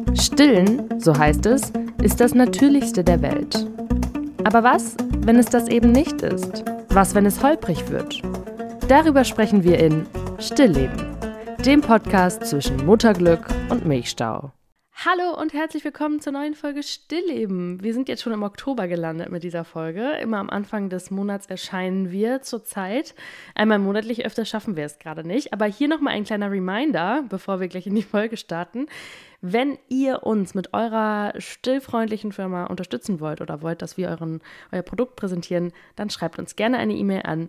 Stillen, so heißt es, ist das Natürlichste der Welt. Aber was, wenn es das eben nicht ist? Was, wenn es holprig wird? Darüber sprechen wir in Stillleben, dem Podcast zwischen Mutterglück und Milchstau. Hallo und herzlich willkommen zur neuen Folge Stillleben. Wir sind jetzt schon im Oktober gelandet mit dieser Folge. Immer am Anfang des Monats erscheinen wir zurzeit. Einmal monatlich, öfter schaffen wir es gerade nicht. Aber hier nochmal ein kleiner Reminder, bevor wir gleich in die Folge starten. Wenn ihr uns mit eurer stillfreundlichen Firma unterstützen wollt oder wollt, dass wir euer Produkt präsentieren, dann schreibt uns gerne eine E-Mail an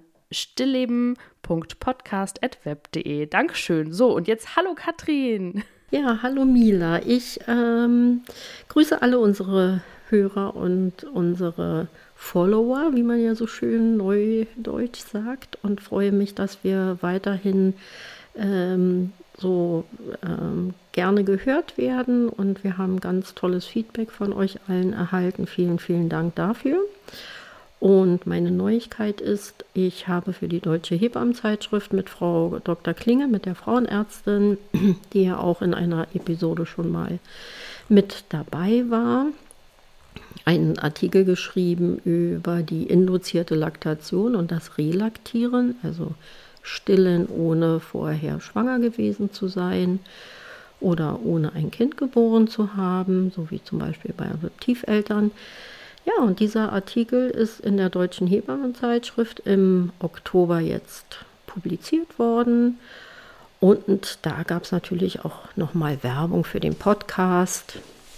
stillleben.podcast@web.de. Dankeschön. So, und jetzt hallo Katrin. Ja, hallo Mila. Ich grüße alle unsere Hörer und unsere Follower, wie man ja so schön neudeutsch sagt, und freue mich, dass wir weiterhin gerne gehört werden, und wir haben ganz tolles Feedback von euch allen erhalten. Vielen, vielen Dank dafür. Und meine Neuigkeit ist, ich habe für die Deutsche Hebammenzeitschrift mit Frau Dr. Klinge, mit der Frauenärztin, die ja auch in einer Episode schon mal mit dabei war, einen Artikel geschrieben über die induzierte Laktation und das Relaktieren, also Stillen ohne vorher schwanger gewesen zu sein oder ohne ein Kind geboren zu haben, so wie zum Beispiel bei Adoptiveltern. Ja, und dieser Artikel ist in der Deutschen Hebammenzeitschrift im Oktober jetzt publiziert worden. Und da gab es natürlich auch nochmal Werbung für den Podcast.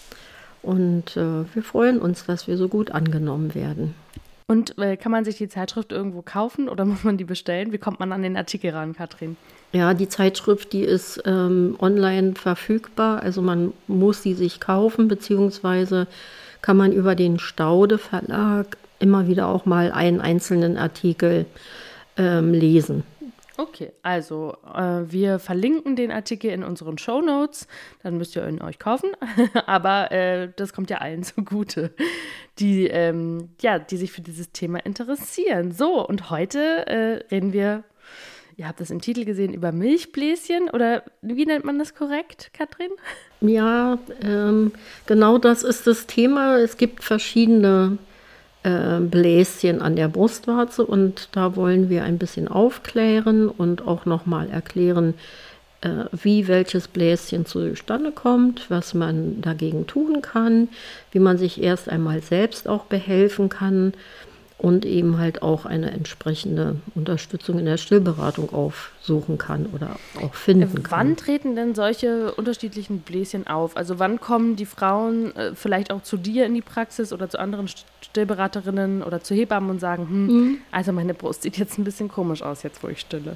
Und wir freuen uns, dass wir so gut angenommen werden. Und kann man sich die Zeitschrift irgendwo kaufen oder muss man die bestellen? Wie kommt man an den Artikel ran, Katrin? Ja, die Zeitschrift, die ist online verfügbar. Also man muss sie sich kaufen, beziehungsweise kann man über den Staude Verlag immer wieder auch mal einen einzelnen Artikel lesen. Okay, also wir verlinken den Artikel in unseren Shownotes, dann müsst ihr ihn euch kaufen, aber das kommt ja allen zugute, die sich für dieses Thema interessieren. So, und heute reden wir, ihr habt das im Titel gesehen, über Milchbläschen, oder wie nennt man das korrekt, Katrin? Ja, genau das ist das Thema. Es gibt verschiedene Bläschen an der Brustwarze, und da wollen wir ein bisschen aufklären und auch nochmal erklären, wie welches Bläschen zustande kommt, was man dagegen tun kann, wie man sich erst einmal selbst auch behelfen kann und eben halt auch eine entsprechende Unterstützung in der Stillberatung aufsuchen kann oder auch finden kann. Wann treten denn solche unterschiedlichen Bläschen auf? Also wann kommen die Frauen vielleicht auch zu dir in die Praxis oder zu anderen Stillberaterinnen oder zu Hebammen und sagen, also meine Brust sieht jetzt ein bisschen komisch aus, jetzt wo ich stille?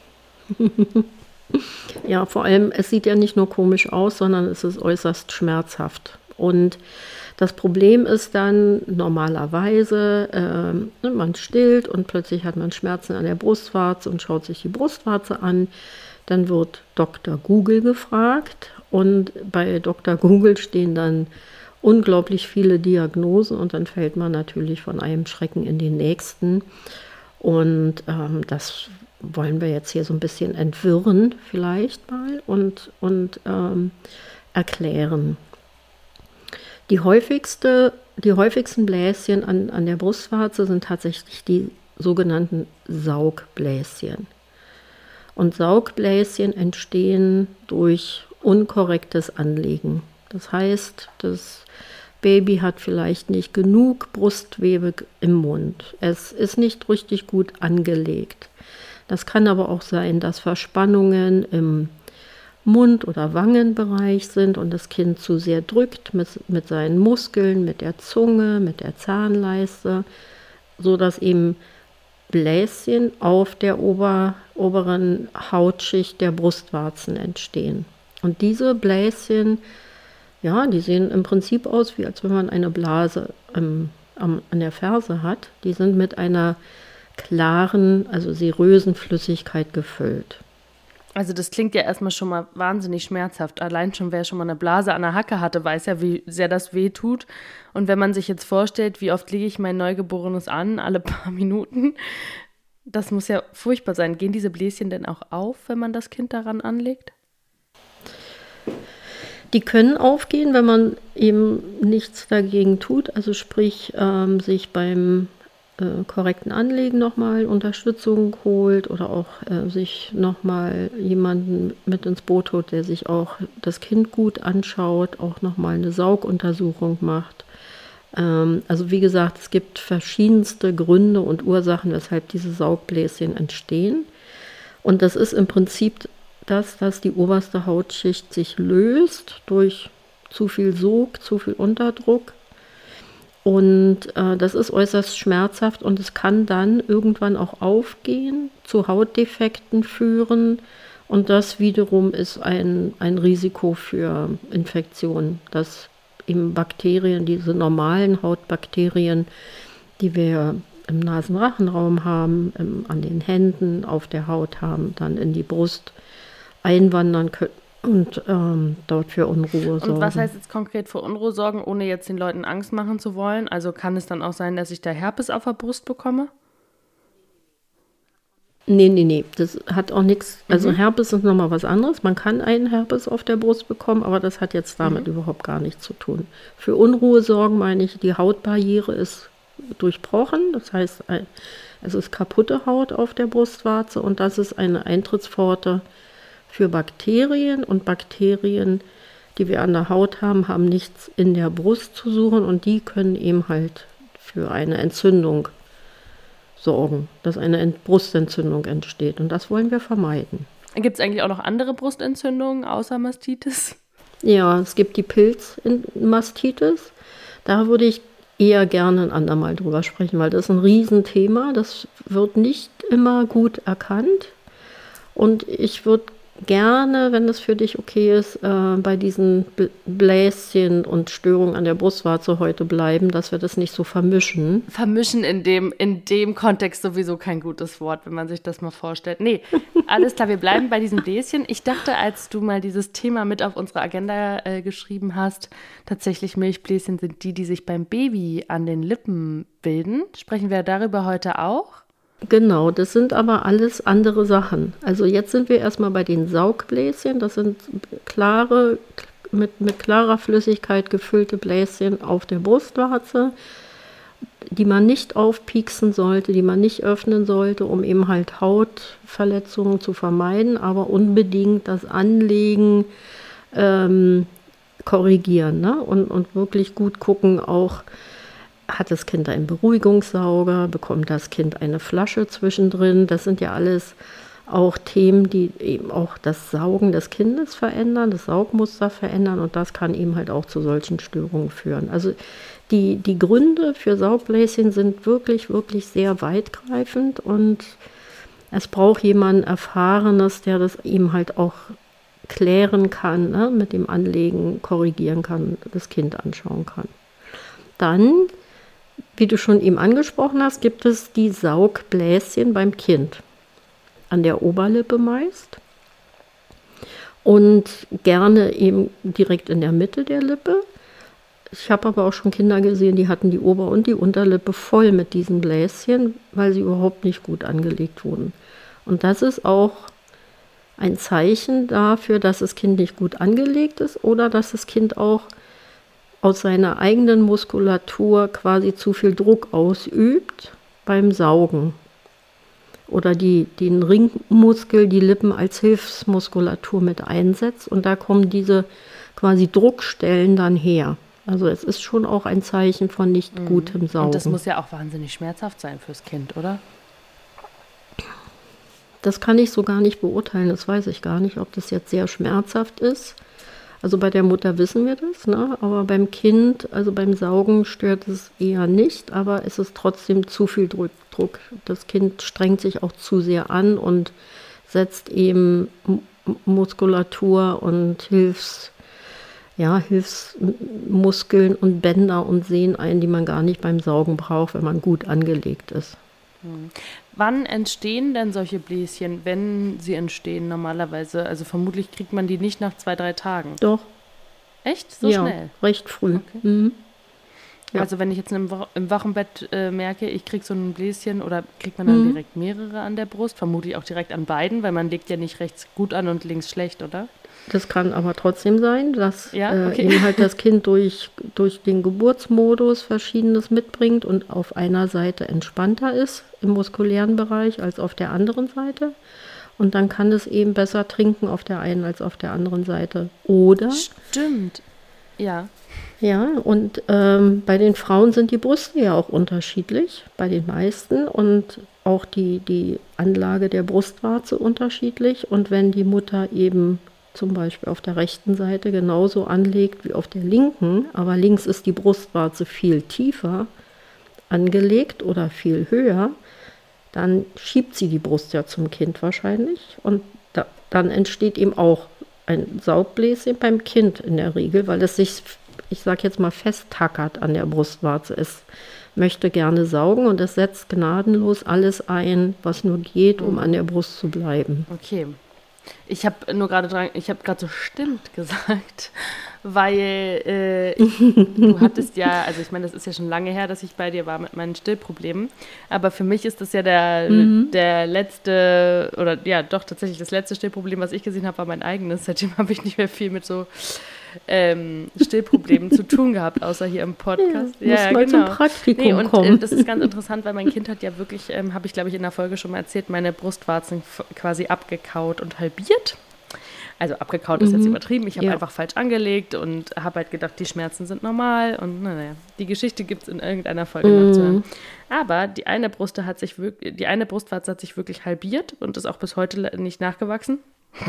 Ja, vor allem, es sieht ja nicht nur komisch aus, sondern es ist äußerst schmerzhaft. Und das Problem ist dann normalerweise, man stillt und plötzlich hat man Schmerzen an der Brustwarze und schaut sich die Brustwarze an. Dann wird Dr. Google gefragt, und bei Dr. Google stehen dann unglaublich viele Diagnosen, und dann fällt man natürlich von einem Schrecken in den nächsten. Und das wollen wir jetzt hier so ein bisschen entwirren vielleicht mal und erklären. Die häufigsten Bläschen an der Brustwarze sind tatsächlich die sogenannten Saugbläschen. Und Saugbläschen entstehen durch unkorrektes Anlegen. Das heißt, das Baby hat vielleicht nicht genug Brustgewebe im Mund. Es ist nicht richtig gut angelegt. Das kann aber auch sein, dass Verspannungen im Mund- oder Wangenbereich sind und das Kind zu sehr drückt mit seinen Muskeln, mit der Zunge, mit der Zahnleiste, sodass eben Bläschen auf der oberen Hautschicht der Brustwarzen entstehen. Und diese Bläschen, ja, die sehen im Prinzip aus, wie als wenn man eine Blase an der Ferse hat. Die sind mit einer klaren, also serösen Flüssigkeit gefüllt. Also das klingt ja erstmal schon mal wahnsinnig schmerzhaft. Allein schon, wer schon mal eine Blase an der Hacke hatte, weiß ja, wie sehr das weh tut. Und wenn man sich jetzt vorstellt, wie oft lege ich mein Neugeborenes an, alle paar Minuten, das muss ja furchtbar sein. Gehen diese Bläschen denn auch auf, wenn man das Kind daran anlegt? Die können aufgehen, wenn man eben nichts dagegen tut, also sprich sich beim korrekten Anlegen nochmal Unterstützung holt oder auch sich nochmal jemanden mit ins Boot holt, der sich auch das Kind gut anschaut, auch nochmal eine Sauguntersuchung macht. Also wie gesagt, es gibt verschiedenste Gründe und Ursachen, weshalb diese Saugbläschen entstehen. Und das ist im Prinzip das, dass die oberste Hautschicht sich löst durch zu viel Sog, zu viel Unterdruck. Und das ist äußerst schmerzhaft und es kann dann irgendwann auch aufgehen, zu Hautdefekten führen. Und das wiederum ist ein Risiko für Infektionen, dass eben Bakterien, diese normalen Hautbakterien, die wir im Nasenrachenraum haben, an den Händen, auf der Haut haben, dann in die Brust einwandern können und dort für Unruhe sorgen. Und was heißt jetzt konkret für Unruhe sorgen, ohne jetzt den Leuten Angst machen zu wollen? Also kann es dann auch sein, dass ich da Herpes auf der Brust bekomme? Nee. Das hat auch nichts. Also Herpes ist nochmal was anderes. Man kann einen Herpes auf der Brust bekommen, aber das hat jetzt damit überhaupt gar nichts zu tun. Für Unruhe sorgen meine ich, die Hautbarriere ist durchbrochen. Das heißt, es ist kaputte Haut auf der Brustwarze und das ist eine Eintrittspforte für Bakterien. Und Bakterien, die wir an der Haut haben, haben nichts in der Brust zu suchen und die können eben halt für eine Entzündung sorgen, dass eine Brustentzündung entsteht. Und das wollen wir vermeiden. Gibt es eigentlich auch noch andere Brustentzündungen außer Mastitis? Ja, es gibt die Pilzmastitis. Da würde ich eher gerne ein andermal drüber sprechen, weil das ist ein Riesenthema. Das wird nicht immer gut erkannt. Und ich würde gerne, wenn es für dich okay ist, bei diesen Bläschen und Störungen an der Brustwarze heute bleiben, dass wir das nicht so vermischen. Vermischen in dem Kontext sowieso kein gutes Wort, wenn man sich das mal vorstellt. Nee, alles klar, wir bleiben bei diesen Bläschen. Ich dachte, als du mal dieses Thema mit auf unsere Agenda geschrieben hast, tatsächlich Milchbläschen sind die sich beim Baby an den Lippen bilden. Sprechen wir darüber heute auch? Genau, das sind aber alles andere Sachen. Also jetzt sind wir erstmal bei den Saugbläschen. Das sind klare, mit klarer Flüssigkeit gefüllte Bläschen auf der Brustwarze, die man nicht aufpieksen sollte, die man nicht öffnen sollte, um eben halt Hautverletzungen zu vermeiden, aber unbedingt das Anlegen korrigieren, ne? Und wirklich gut gucken, auch hat das Kind einen Beruhigungssauger, bekommt das Kind eine Flasche zwischendrin. Das sind ja alles auch Themen, die eben auch das Saugen des Kindes verändern, das Saugmuster verändern und das kann eben halt auch zu solchen Störungen führen. Also die Gründe für Saugbläschen sind wirklich, wirklich sehr weitgreifend und es braucht jemanden Erfahrenes, der das eben halt auch klären kann, ne, mit dem Anlegen korrigieren kann, das Kind anschauen kann. Dann, wie du schon eben angesprochen hast, gibt es die Saugbläschen beim Kind. An der Oberlippe meist. Und gerne eben direkt in der Mitte der Lippe. Ich habe aber auch schon Kinder gesehen, die hatten die Ober- und die Unterlippe voll mit diesen Bläschen, weil sie überhaupt nicht gut angelegt wurden. Und das ist auch ein Zeichen dafür, dass das Kind nicht gut angelegt ist oder dass das Kind auch aus seiner eigenen Muskulatur quasi zu viel Druck ausübt beim Saugen. Oder den Ringmuskel, die Lippen als Hilfsmuskulatur mit einsetzt. Und da kommen diese quasi Druckstellen dann her. Also es ist schon auch ein Zeichen von nicht gutem Saugen. Und das muss ja auch wahnsinnig schmerzhaft sein fürs Kind, oder? Das kann ich so gar nicht beurteilen. Das weiß ich gar nicht, ob das jetzt sehr schmerzhaft ist. Also bei der Mutter wissen wir das, ne? Aber beim Kind, also beim Saugen stört es eher nicht, aber es ist trotzdem zu viel Druck. Das Kind strengt sich auch zu sehr an und setzt eben Muskulatur und Hilfsmuskeln und Bänder und Sehnen ein, die man gar nicht beim Saugen braucht, wenn man gut angelegt ist. Wann entstehen denn solche Bläschen, wenn sie entstehen normalerweise? Also vermutlich kriegt man die nicht nach 2-3 Tagen. Doch. Echt? So schnell? Recht früh. Okay. Mhm. Ja. Also wenn ich jetzt im Wochenbett merke, ich kriege so ein Bläschen oder kriegt man dann direkt mehrere an der Brust? Vermutlich auch direkt an beiden, weil man legt ja nicht rechts gut an und links schlecht, oder? Das kann aber trotzdem sein, dass Ja, okay. eben halt das Kind durch den Geburtsmodus Verschiedenes mitbringt und auf einer Seite entspannter ist im muskulären Bereich als auf der anderen Seite. Und dann kann es eben besser trinken auf der einen als auf der anderen Seite. Oder, Stimmt. Ja. ja, und bei den Frauen sind die Brüste ja auch unterschiedlich, bei den meisten. Und auch die Anlage der Brustwarze unterschiedlich. Und wenn die Mutter eben zum Beispiel auf der rechten Seite genauso anlegt wie auf der linken, aber links ist die Brustwarze viel tiefer angelegt oder viel höher, dann schiebt sie die Brust ja zum Kind wahrscheinlich und dann entsteht eben auch ein Saugbläschen beim Kind in der Regel, weil es sich, ich sage jetzt mal, festtackert an der Brustwarze. Es möchte gerne saugen und es setzt gnadenlos alles ein, was nur geht, um an der Brust zu bleiben. Okay. Ich habe gerade so stimmt gesagt, weil du hattest ja, also ich meine, das ist ja schon lange her, dass ich bei dir war mit meinen Stillproblemen, aber für mich ist das ja der letzte, oder ja, doch tatsächlich das letzte Stillproblem, was ich gesehen habe, war mein eigenes. Seitdem habe ich nicht mehr viel mit so Stillproblemen zu tun gehabt, außer hier im Podcast. Ja, muss mal zum Praktikum kommen. Das ist ganz interessant, weil mein Kind hat ja wirklich, habe ich glaube ich in der Folge schon mal erzählt, meine Brustwarzen quasi abgekaut und halbiert. Also abgekaut ist jetzt übertrieben. Ich habe einfach falsch angelegt und habe halt gedacht, die Schmerzen sind normal. Und naja, die Geschichte gibt es in irgendeiner Folge nachzuhören. Aber die eine Brustwarze hat sich wirklich halbiert und ist auch bis heute nicht nachgewachsen.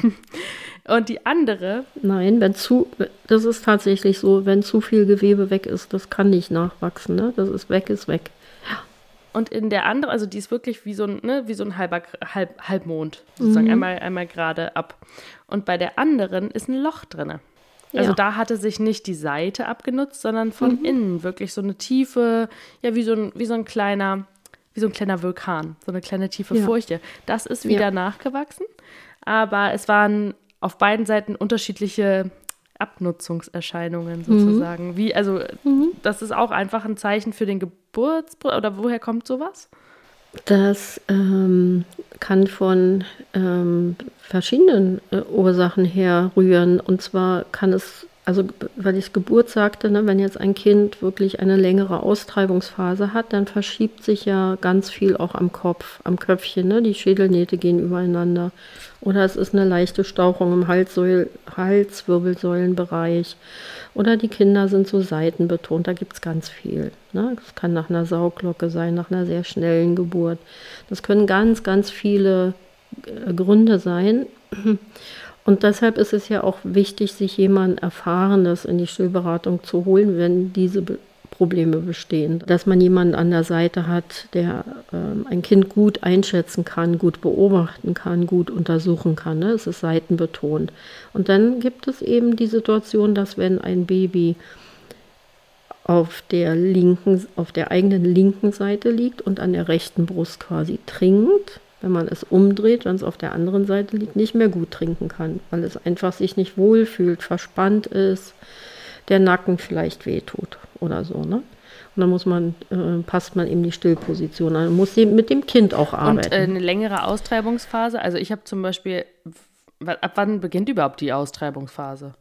Und die andere... Nein, das ist tatsächlich so, wenn zu viel Gewebe weg ist, das kann nicht nachwachsen. Ne? Das ist weg, ist weg. Und in der anderen, also die ist wirklich wie so ein Halbmond, sozusagen einmal gerade ab. Und bei der anderen ist ein Loch drin. Also da hatte sich nicht die Seite abgenutzt, sondern von innen wirklich so eine tiefe, ja wie so ein kleiner Vulkan, so eine kleine tiefe Furche. Das ist wieder nachgewachsen, aber es waren auf beiden Seiten unterschiedliche Abnutzungserscheinungen sozusagen. Das ist auch einfach ein Zeichen für den oder woher kommt sowas? Das kann von verschiedenen Ursachen herrühren. Und zwar kann es, also weil ich Geburt sagte, ne, wenn jetzt ein Kind wirklich eine längere Austreibungsphase hat, dann verschiebt sich ja ganz viel auch am Kopf, am Köpfchen. Ne? Die Schädelnähte gehen übereinander. Oder es ist eine leichte Stauchung im Halswirbelsäulenbereich. Oder die Kinder sind so seitenbetont, da gibt es ganz viel. Ne? Das kann nach einer Sauglocke sein, nach einer sehr schnellen Geburt. Das können ganz, ganz viele Gründe sein. Und deshalb ist es ja auch wichtig, sich jemand Erfahrenes in die Stillberatung zu holen, wenn diese Probleme bestehen. Dass man jemanden an der Seite hat, der ein Kind gut einschätzen kann, gut beobachten kann, gut untersuchen kann. Ne? Es ist seitenbetont. Und dann gibt es eben die Situation, dass wenn ein Baby auf der eigenen linken Seite liegt und an der rechten Brust quasi trinkt, wenn man es umdreht, wenn es auf der anderen Seite liegt, nicht mehr gut trinken kann, weil es einfach sich nicht wohlfühlt, verspannt ist, der Nacken vielleicht wehtut oder so, ne? Und dann passt man eben die Stillposition an, muss mit dem Kind auch arbeiten. Und eine längere Austreibungsphase, also ich habe zum Beispiel, ab wann beginnt überhaupt die Austreibungsphase?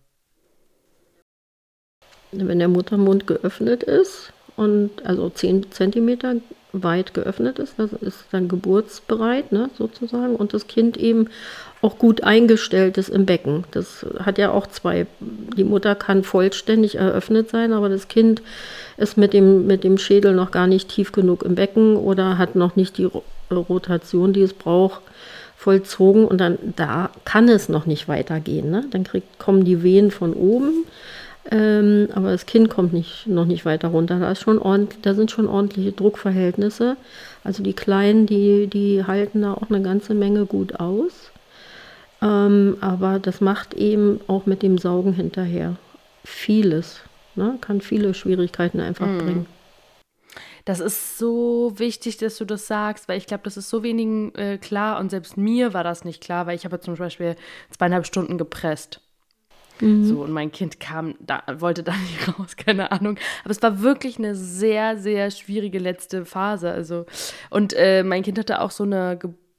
Wenn der Muttermund geöffnet ist und also 10 Zentimeter weit geöffnet ist, das ist dann geburtsbereit, ne, sozusagen, und das Kind eben auch gut eingestellt ist im Becken. Das hat ja auch die Mutter kann vollständig eröffnet sein, aber das Kind ist mit dem Schädel noch gar nicht tief genug im Becken oder hat noch nicht die Rotation, die es braucht, vollzogen, und dann da kann es noch nicht weitergehen. Ne? Dann kommen die Wehen von oben, aber das Kind kommt noch nicht weiter runter. Da sind schon ordentliche Druckverhältnisse. Also die Kleinen, die halten da auch eine ganze Menge gut aus. Aber das macht eben auch mit dem Saugen hinterher vieles. Ne? Kann viele Schwierigkeiten einfach bringen. Das ist so wichtig, dass du das sagst, weil ich glaube, das ist so wenigen klar, und selbst mir war das nicht klar, weil ich habe zum Beispiel 2,5 Stunden gepresst. So, und mein Kind wollte da nicht raus, keine Ahnung. Aber es war wirklich eine sehr, sehr schwierige letzte Phase. Also, und mein Kind hatte auch so eine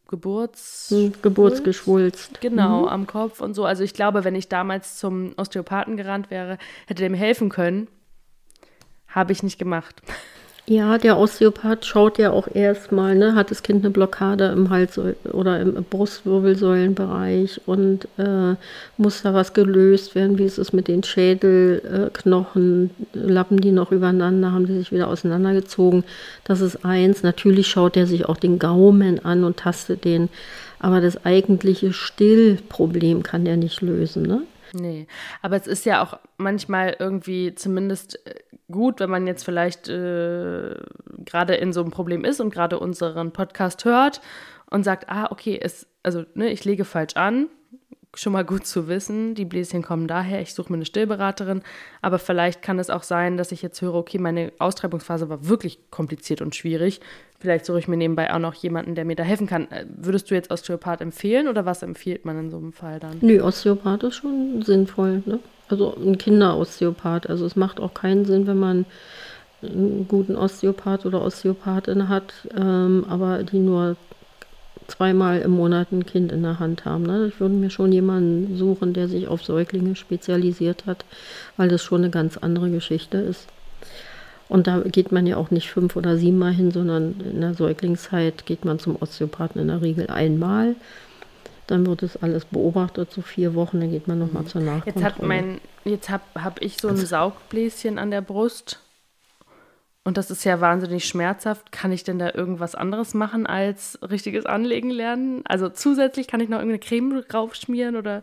Geburtsgeschwulst. Genau, am Kopf und so. Also ich glaube, wenn ich damals zum Osteopathen gerannt wäre, hätte der mir helfen können. Habe ich nicht gemacht. Ja, der Osteopath schaut ja auch erstmal, ne, hat das Kind eine Blockade im Hals oder im Brustwirbelsäulenbereich und muss da was gelöst werden? Wie ist es mit den Schädelknochen? Lappen die noch übereinander? Haben die sich wieder auseinandergezogen? Das ist eins. Natürlich schaut er sich auch den Gaumen an und tastet den, aber das eigentliche Stillproblem kann er nicht lösen, ne? Nee, aber es ist ja auch manchmal irgendwie zumindest gut, wenn man jetzt vielleicht gerade in so einem Problem ist und gerade unseren Podcast hört und sagt, okay, ich lege falsch an, schon mal gut zu wissen, die Bläschen kommen daher, ich suche mir eine Stillberaterin, aber vielleicht kann es auch sein, dass ich jetzt höre, okay, meine Austreibungsphase war wirklich kompliziert und schwierig, vielleicht suche ich mir nebenbei auch noch jemanden, der mir da helfen kann. Würdest du jetzt Osteopath empfehlen oder was empfiehlt man in so einem Fall dann? Nee, Osteopath ist schon sinnvoll, ne? Also ein Kinderosteopath. Also es macht auch keinen Sinn, wenn man einen guten Osteopath oder Osteopathin hat, aber die nur zweimal im Monat ein Kind in der Hand haben. Ne? Ich würde mir schon jemanden suchen, der sich auf Säuglinge spezialisiert hat, weil das schon eine ganz andere Geschichte ist. Und da geht man ja auch nicht 5 oder 7 Mal hin, sondern in der Säuglingszeit geht man zum Osteopathen in der Regel einmal. Dann wird es alles beobachtet, so 4 Wochen, dann geht man nochmal zur Nachkontrolle. Jetzt hab ich so ein Saugbläschen an der Brust und das ist ja wahnsinnig schmerzhaft. Kann ich denn da irgendwas anderes machen als richtiges Anlegen lernen? Also zusätzlich kann ich noch irgendeine Creme draufschmieren oder?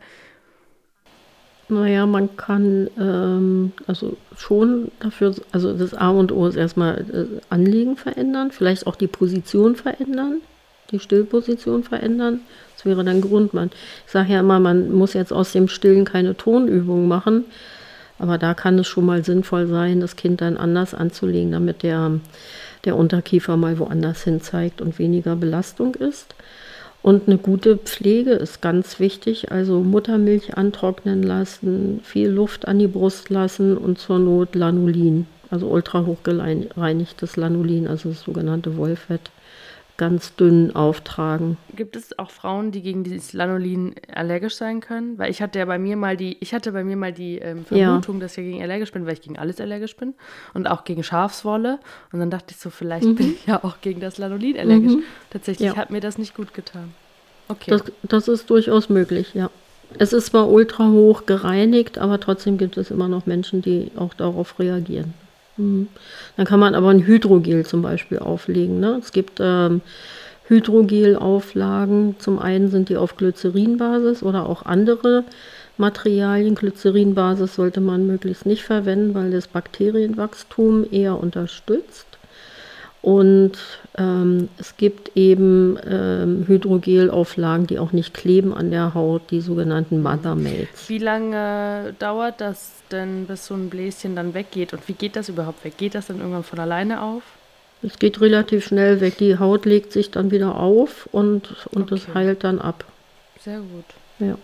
Naja, man kann also schon dafür, also das A und O ist erstmal Anliegen verändern, vielleicht auch die Position verändern, die Stillposition verändern. Das wäre dann Grund. Ich sage ja immer, man muss jetzt aus dem Stillen keine Tonübung machen, aber da kann es schon mal sinnvoll sein, das Kind dann anders anzulegen, damit der Unterkiefer mal woanders hin zeigt und weniger Belastung ist. Und eine gute Pflege ist ganz wichtig, also Muttermilch antrocknen lassen, viel Luft an die Brust lassen und zur Not Lanolin, also ultrahochgereinigtes Lanolin, also das sogenannte Wollfett, ganz dünn auftragen. Gibt es auch Frauen, die gegen dieses Lanolin allergisch sein können? Weil ich hatte bei mir mal die Vermutung, dass ich gegen allergisch bin, weil ich gegen alles allergisch bin und auch gegen Schafswolle. Und dann dachte ich so, vielleicht bin ich ja auch gegen das Lanolin allergisch. Tatsächlich hat mir das nicht gut getan. Okay. Das ist durchaus möglich, ja. Es ist zwar ultra hoch gereinigt, aber trotzdem gibt es immer noch Menschen, die auch darauf reagieren. Dann kann man aber ein Hydrogel zum Beispiel auflegen. Ne? Es gibt Hydrogel-Auflagen. Zum einen sind die auf Glycerinbasis oder auch andere Materialien. Glycerinbasis sollte man möglichst nicht verwenden, weil das Bakterienwachstum eher unterstützt. Und es gibt eben Hydrogelauflagen, die auch nicht kleben an der Haut, die sogenannten Mother-Mates. Wie lange dauert das denn, bis so ein Bläschen dann weggeht? Und wie geht das überhaupt weg? Geht das dann irgendwann von alleine auf? Es geht relativ schnell weg. Die Haut legt sich dann wieder auf und das heilt dann ab. Sehr gut. Ja.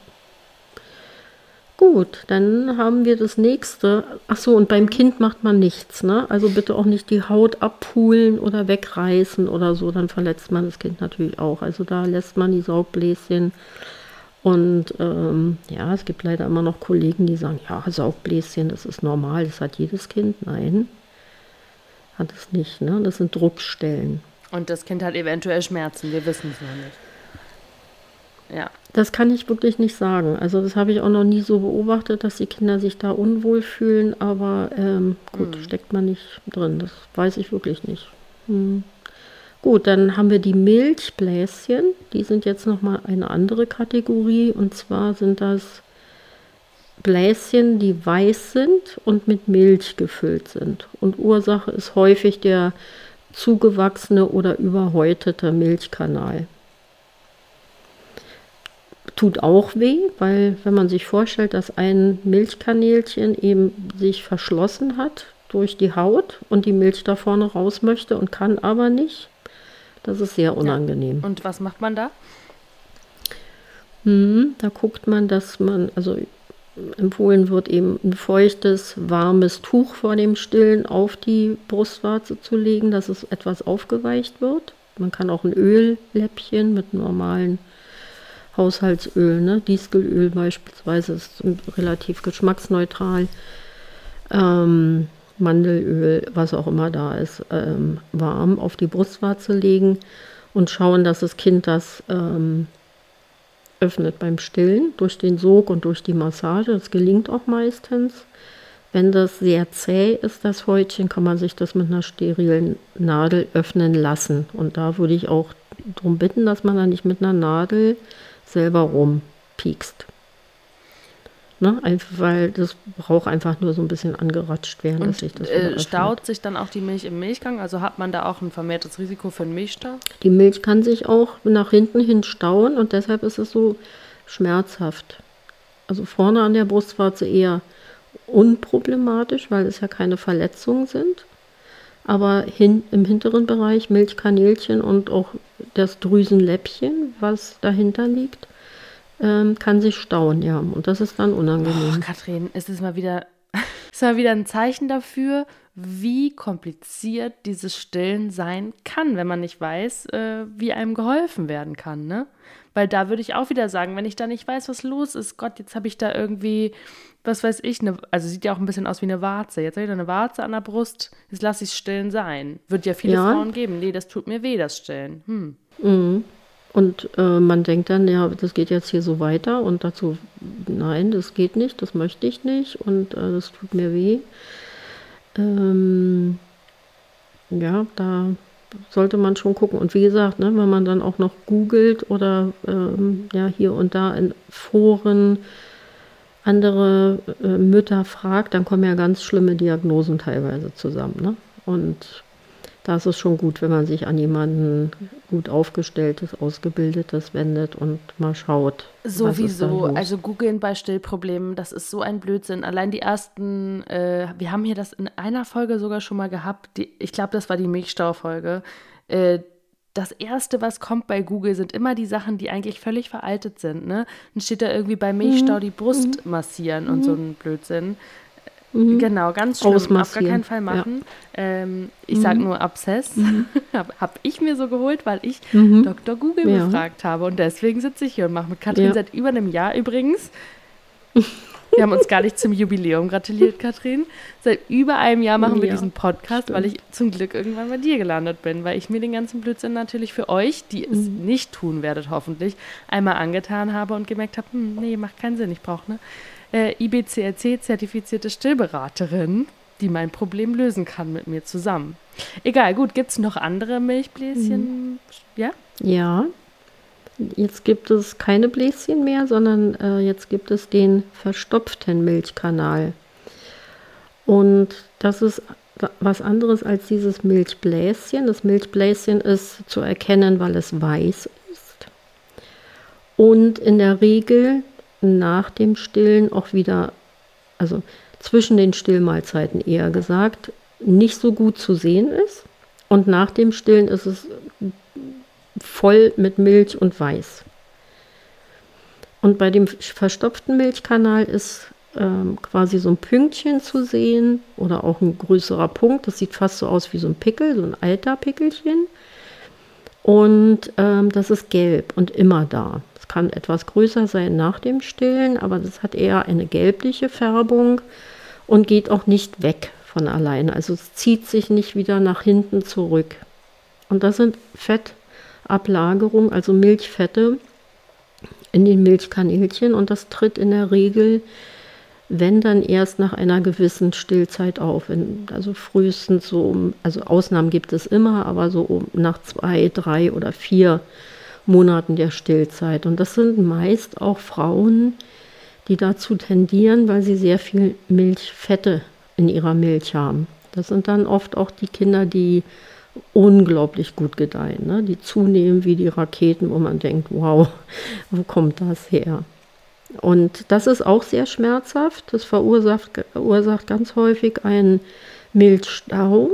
Gut, dann haben wir das nächste. Achso, und beim Kind macht man nichts, ne? Also bitte auch nicht die Haut abpulen oder wegreißen oder so, dann verletzt man das Kind natürlich auch. Also da lässt man die Saugbläschen. Und es gibt leider immer noch Kollegen, die sagen, ja, Saugbläschen, das ist normal, das hat jedes Kind. Nein, hat es nicht, ne? Das sind Druckstellen. Und das Kind hat eventuell Schmerzen, wir wissen es noch nicht. Ja. Das kann ich wirklich nicht sagen. Also das habe ich auch noch nie so beobachtet, dass die Kinder sich da unwohl fühlen, aber steckt man nicht drin. Das weiß ich wirklich nicht. Gut, dann haben wir die Milchbläschen. Die sind jetzt nochmal eine andere Kategorie. Und zwar sind das Bläschen, die weiß sind und mit Milch gefüllt sind. Und Ursache ist häufig der zugewachsene oder überhäutete Milchkanal. Tut auch weh, weil wenn man sich vorstellt, dass ein Milchkanälchen eben sich verschlossen hat durch die Haut und die Milch da vorne raus möchte und kann aber nicht, das ist sehr unangenehm. Ja. Und was macht man da? Da guckt man, dass man, also empfohlen wird, eben ein feuchtes, warmes Tuch vor dem Stillen auf die Brustwarze zu legen, dass es etwas aufgeweicht wird. Man kann auch ein Ölläppchen mit normalen Haushaltsöl, ne? Distelöl beispielsweise ist relativ geschmacksneutral. Mandelöl, was auch immer da ist, warm auf die Brustwarze legen und schauen, dass das Kind das öffnet beim Stillen durch den Sog und durch die Massage. Das gelingt auch meistens. Wenn das sehr zäh ist, das Häutchen, kann man sich das mit einer sterilen Nadel öffnen lassen. Und da würde ich auch darum bitten, dass man da nicht mit einer Nadel selber rumpiekst. Ne? Einfach, weil das braucht einfach nur so ein bisschen angeratscht werden, dass sich das wieder öffnet. Staut sich dann auch die Milch im Milchgang? Also hat man da auch ein vermehrtes Risiko für einen Milchstau? Die Milch kann sich auch nach hinten hin stauen und deshalb ist es so schmerzhaft. Also vorne an der Brustwarze eher unproblematisch, weil es ja keine Verletzungen sind. Aber im hinteren Bereich Milchkanälchen und auch das Drüsenläppchen, was dahinter liegt, kann sich stauen, ja. Und das ist dann unangenehm. Katrin, es ist mal wieder ein Zeichen dafür, wie kompliziert dieses Stillen sein kann, wenn man nicht weiß, wie einem geholfen werden kann, ne? Weil da würde ich auch wieder sagen, wenn ich da nicht weiß, was los ist, Gott, jetzt habe ich da irgendwie, was weiß ich, also sieht ja auch ein bisschen aus wie eine Warze. Jetzt habe ich da eine Warze an der Brust, jetzt lasse ich es stillen sein. Wird ja viele Frauen geben, nee, das tut mir weh, das Stillen. Mhm. Und man denkt dann, ja, das geht jetzt hier so weiter und dazu, nein, das geht nicht, das möchte ich nicht und das tut mir weh. Ja, da sollte man schon gucken. Und wie gesagt, ne, wenn man dann auch noch googelt oder ja, hier und da in Foren andere Mütter fragt, dann kommen ja ganz schlimme Diagnosen teilweise zusammen. Ne? Und da ist es schon gut, wenn man sich an jemanden gut aufgestelltes, ausgebildetes wendet und mal schaut. Sowieso, also googeln bei Stillproblemen, das ist so ein Blödsinn. Allein die ersten, wir haben hier das in einer Folge sogar schon mal gehabt, ich glaube, das war die Milchstau-Folge. Das Erste, was kommt bei Google, sind immer die Sachen, die eigentlich völlig veraltet sind. Ne? Dann steht da irgendwie bei Milchstau die Brust massieren und so ein Blödsinn. Genau, ganz schlimm, auf gar keinen Fall machen. Ja. Ich sage nur Abszess, habe ich mir so geholt, weil ich Dr. Google befragt habe und deswegen sitze ich hier und mache mit Katrin seit über einem Jahr übrigens. Wir haben uns gar nicht zum Jubiläum gratuliert, Katrin. Seit über einem Jahr machen wir diesen Podcast, weil ich zum Glück irgendwann bei dir gelandet bin, weil ich mir den ganzen Blödsinn natürlich für euch, die es nicht tun werdet hoffentlich, einmal angetan habe und gemerkt habe, nee, macht keinen Sinn, ich brauche eine IBCLC-zertifizierte Stillberaterin, die mein Problem lösen kann mit mir zusammen. Egal, gut, gibt es noch andere Milchbläschen? Ja? Ja, jetzt gibt es keine Bläschen mehr, sondern jetzt gibt es den verstopften Milchkanal. Und das ist was anderes als dieses Milchbläschen. Das Milchbläschen ist zu erkennen, weil es weiß ist. Und in der Regel nach dem Stillen auch wieder, also zwischen den Stillmahlzeiten eher gesagt, nicht so gut zu sehen ist. Und nach dem Stillen ist es voll mit Milch und weiß. Und bei dem verstopften Milchkanal ist quasi so ein Pünktchen zu sehen oder auch ein größerer Punkt. Das sieht fast so aus wie so ein Pickel, so ein alter Pickelchen. Und das ist gelb und immer da. Es kann etwas größer sein nach dem Stillen, aber das hat eher eine gelbliche Färbung und geht auch nicht weg von alleine. Also es zieht sich nicht wieder nach hinten zurück. Und das sind Fettablagerungen, also Milchfette in den Milchkanälchen. Und das tritt in der Regel, wenn dann erst nach einer gewissen Stillzeit auf. Also frühestens so, also Ausnahmen gibt es immer, aber so nach 2, 3 oder 4 Monaten der Stillzeit. Und das sind meist auch Frauen, die dazu tendieren, weil sie sehr viel Milchfette in ihrer Milch haben. Das sind dann oft auch die Kinder, die unglaublich gut gedeihen, ne? Die zunehmen wie die Raketen, wo man denkt, wow, wo kommt das her? Und das ist auch sehr schmerzhaft. Das verursacht ganz häufig einen Milchstau.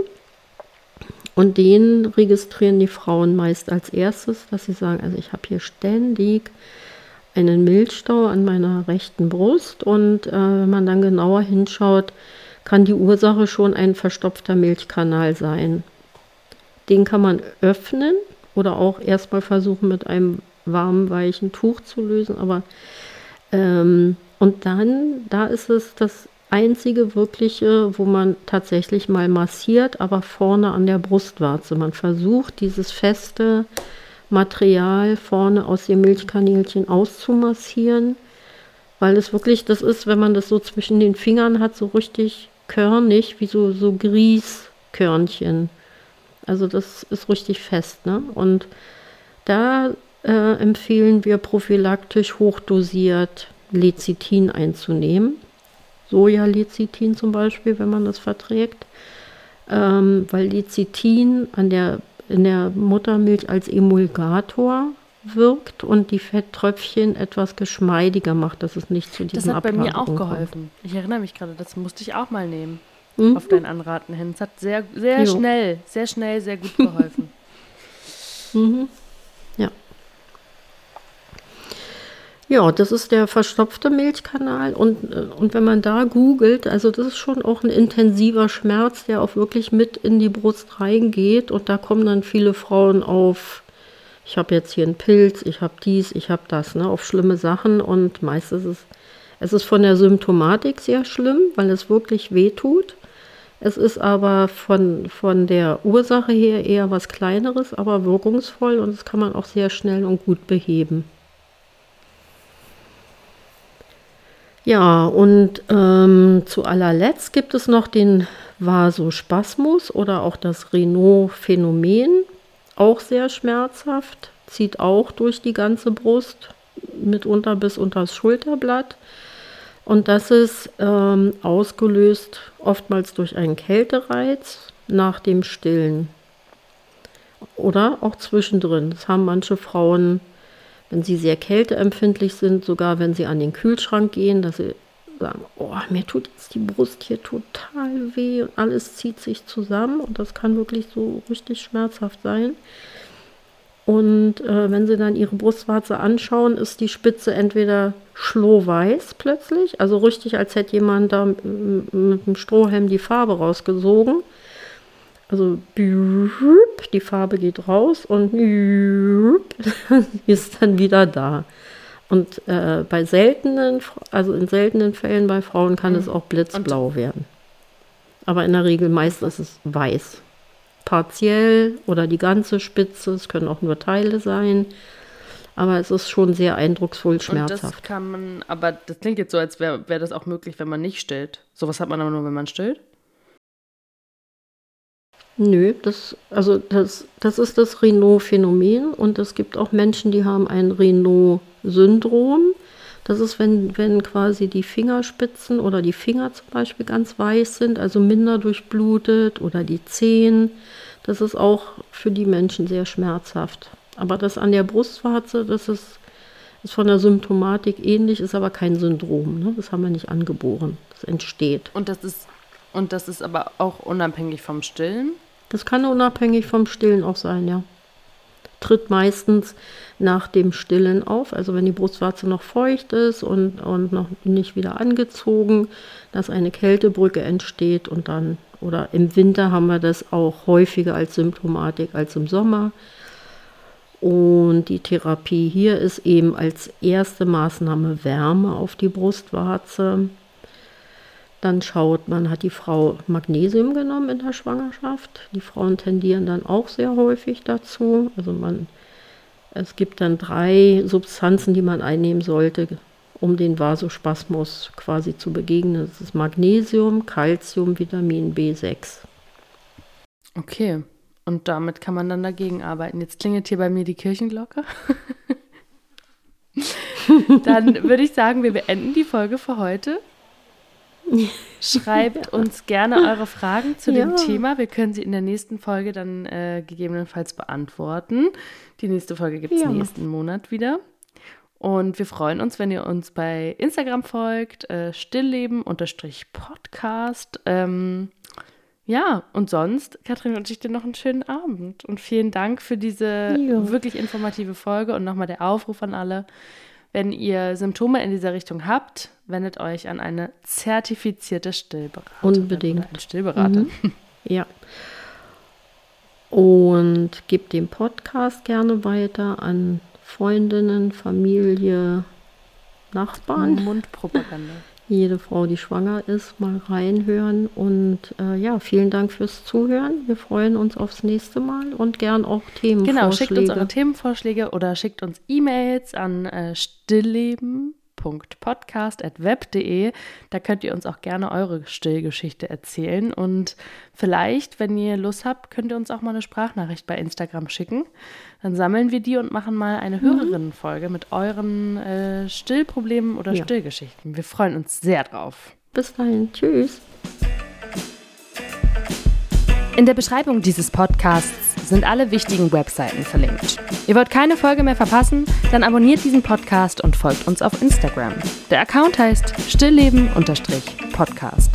Und den registrieren die Frauen meist als erstes, dass sie sagen, also ich habe hier ständig einen Milchstau an meiner rechten Brust. Und wenn man dann genauer hinschaut, kann die Ursache schon ein verstopfter Milchkanal sein. Den kann man öffnen Oder auch erstmal versuchen, mit einem warmen, weichen Tuch zu lösen. Aber und dann, da ist es das einzige wirkliche, wo man tatsächlich mal massiert, aber vorne an der Brustwarze. Man versucht, dieses feste Material vorne aus dem Milchkanälchen auszumassieren, weil es wirklich, das ist, wenn man das so zwischen den Fingern hat, so richtig körnig, wie so Grießkörnchen. Also das ist richtig fest, ne? Und da empfehlen wir prophylaktisch hochdosiert Lecithin einzunehmen. Sojalecithin zum Beispiel, wenn man das verträgt. Weil Lecithin in der Muttermilch als Emulgator wirkt und die Fetttröpfchen etwas geschmeidiger macht, dass es nicht zu diesem Ablagerung kommt. Das hat bei mir auch geholfen. Ich erinnere mich gerade, das musste ich auch mal nehmen. Auf dein Anraten hin. Es hat sehr schnell, sehr gut geholfen. Ja. Ja, das ist der verstopfte Milchkanal und wenn man da googelt, also das ist schon auch ein intensiver Schmerz, der auch wirklich mit in die Brust reingeht und da kommen dann viele Frauen auf, ich habe jetzt hier einen Pilz, ich habe dies, ich habe das, ne, auf schlimme Sachen und meistens es ist von der Symptomatik sehr schlimm, weil es wirklich wehtut. Es ist aber von der Ursache her eher was Kleineres, aber wirkungsvoll und das kann man auch sehr schnell und gut beheben. Ja, und zu allerletzt gibt es noch den Vasospasmus oder auch das Raynaud-Phänomen, auch sehr schmerzhaft, zieht auch durch die ganze Brust, mitunter bis unter das Schulterblatt. Und das ist ausgelöst oftmals durch einen Kältereiz nach dem Stillen oder auch zwischendrin. Das haben manche Frauen, wenn sie sehr kälteempfindlich sind, sogar wenn sie an den Kühlschrank gehen, dass sie sagen, oh, mir tut jetzt die Brust hier total weh und alles zieht sich zusammen und das kann wirklich so richtig schmerzhaft sein. Und wenn sie dann ihre Brustwarze anschauen, ist die Spitze entweder schlohweiß plötzlich, also richtig, als hätte jemand da mit einem Strohhalm die Farbe rausgesogen. Also die Farbe geht raus und ist dann wieder da. Und in seltenen Fällen bei Frauen kann es auch blitzblau werden. Aber in der Regel meist ist es weiß. Partiell oder die ganze Spitze, es können auch nur Teile sein. Aber es ist schon sehr eindrucksvoll schmerzhaft. Und das kann man, aber das klingt jetzt so, als wäre das auch möglich, wenn man nicht stillt. Sowas hat man aber nur, wenn man stillt? Nö, das ist das Raynaud-Phänomen und es gibt auch Menschen, die haben ein Raynaud-Syndrom. Das ist, wenn quasi die Fingerspitzen oder die Finger zum Beispiel ganz weiß sind, also minder durchblutet oder die Zehen. Das ist auch für die Menschen sehr schmerzhaft. Aber das an der Brustwarze, das ist von der Symptomatik ähnlich, ist aber kein Syndrom. Ne? Das haben wir nicht angeboren. Das entsteht. Und das ist aber auch unabhängig vom Stillen? Das kann unabhängig vom Stillen auch sein, ja. Tritt meistens nach dem Stillen auf, also wenn die Brustwarze noch feucht ist und noch nicht wieder angezogen, dass eine Kältebrücke entsteht und dann, oder im Winter haben wir das auch häufiger als Symptomatik als im Sommer. Und die Therapie hier ist eben als erste Maßnahme Wärme auf die Brustwarze. Dann schaut man, hat die Frau Magnesium genommen in der Schwangerschaft. Die Frauen tendieren dann auch sehr häufig dazu. Also es gibt dann 3 Substanzen, die man einnehmen sollte, um den Vasospasmus quasi zu begegnen. Das ist Magnesium, Calcium, Vitamin B6. Okay, und damit kann man dann dagegen arbeiten. Jetzt klingelt hier bei mir die Kirchenglocke. Dann würde ich sagen, wir beenden die Folge für heute. Schreibt uns gerne eure Fragen zu dem Thema. Wir können sie in der nächsten Folge dann gegebenenfalls beantworten. Die nächste Folge gibt es nächsten Monat wieder. Und wir freuen uns, wenn ihr uns bei Instagram folgt, stillleben_podcast. Und sonst, Katrin, wünsche ich dir noch einen schönen Abend. Und vielen Dank für diese wirklich informative Folge. Und nochmal der Aufruf an alle. Wenn ihr Symptome in dieser Richtung habt, wendet euch an eine zertifizierte Stillberaterin. Unbedingt. Oder einen Stillberater. Ja. Und gebt den Podcast gerne weiter an Freundinnen, Familie, Nachbarn. Mundpropaganda. Jede Frau, die schwanger ist, mal reinhören. Und vielen Dank fürs Zuhören. Wir freuen uns aufs nächste Mal und gern auch Themenvorschläge. Genau, schickt uns eure Themenvorschläge oder schickt uns E-Mails an stillleben.podcast@web.de. Da könnt ihr uns auch gerne eure Stillgeschichte erzählen. Und vielleicht, wenn ihr Lust habt, könnt ihr uns auch mal eine Sprachnachricht bei Instagram schicken. Dann sammeln wir die und machen mal eine Hörerinnenfolge mit euren Stillproblemen oder Stillgeschichten. Wir freuen uns sehr drauf. Bis dahin. Tschüss. In der Beschreibung dieses Podcasts sind alle wichtigen Webseiten verlinkt. Ihr wollt keine Folge mehr verpassen? Dann abonniert diesen Podcast und folgt uns auf Instagram. Der Account heißt stillleben_podcast.